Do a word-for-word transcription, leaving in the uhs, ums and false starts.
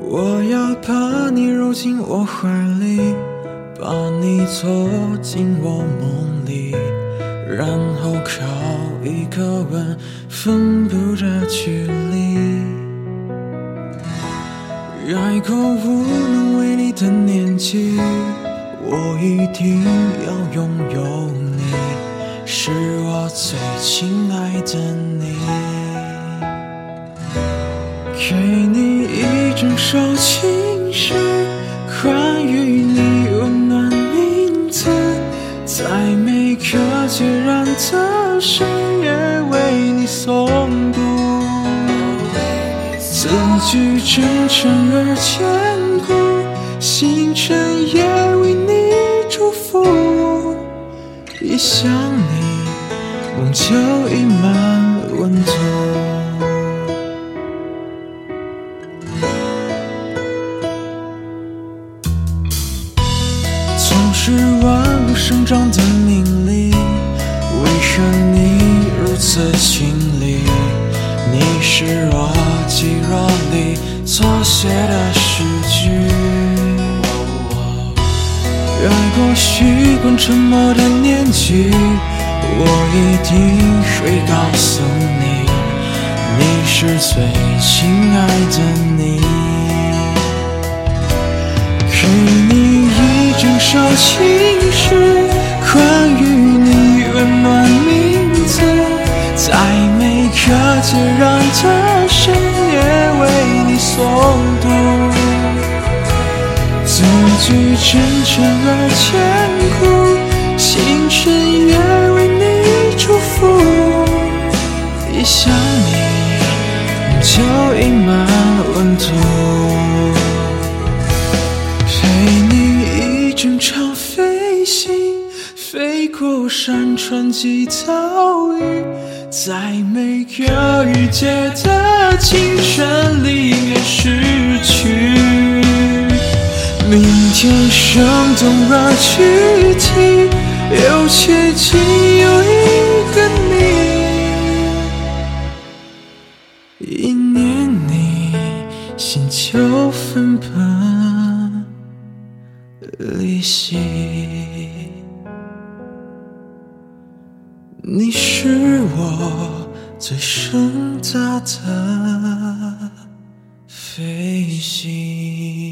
我要把你揉进我怀里，把你坐进我梦里，然后靠一个吻分不着距离。爱过无能为力的年纪，我一定要拥有你，是我最亲爱的你。给你一整首情诗，关于你温暖名字，在每个孑然的深夜为你诵读，字句真诚而坚固，星辰也为你祝福。一想你，梦就溢满温度。总是万物生长的命理，为何你如此清丽？你是我肌肉里错写的诗句。爱过习惯沉默的年纪，我一定会告诉你，你是最亲爱的你。给你一整首情诗，关于你温暖名字，在每个孑然的深夜为你诵读，字句真诚而坚固，星辰也为你祝福。一想你，就溢满温度。陪你一整场飞行，飞过山川及岛屿，在每个雨季的清晨里面失去。明天生动而具体，又接近有一个你，一念你，心就分崩离析。你是我最盛大的飞行。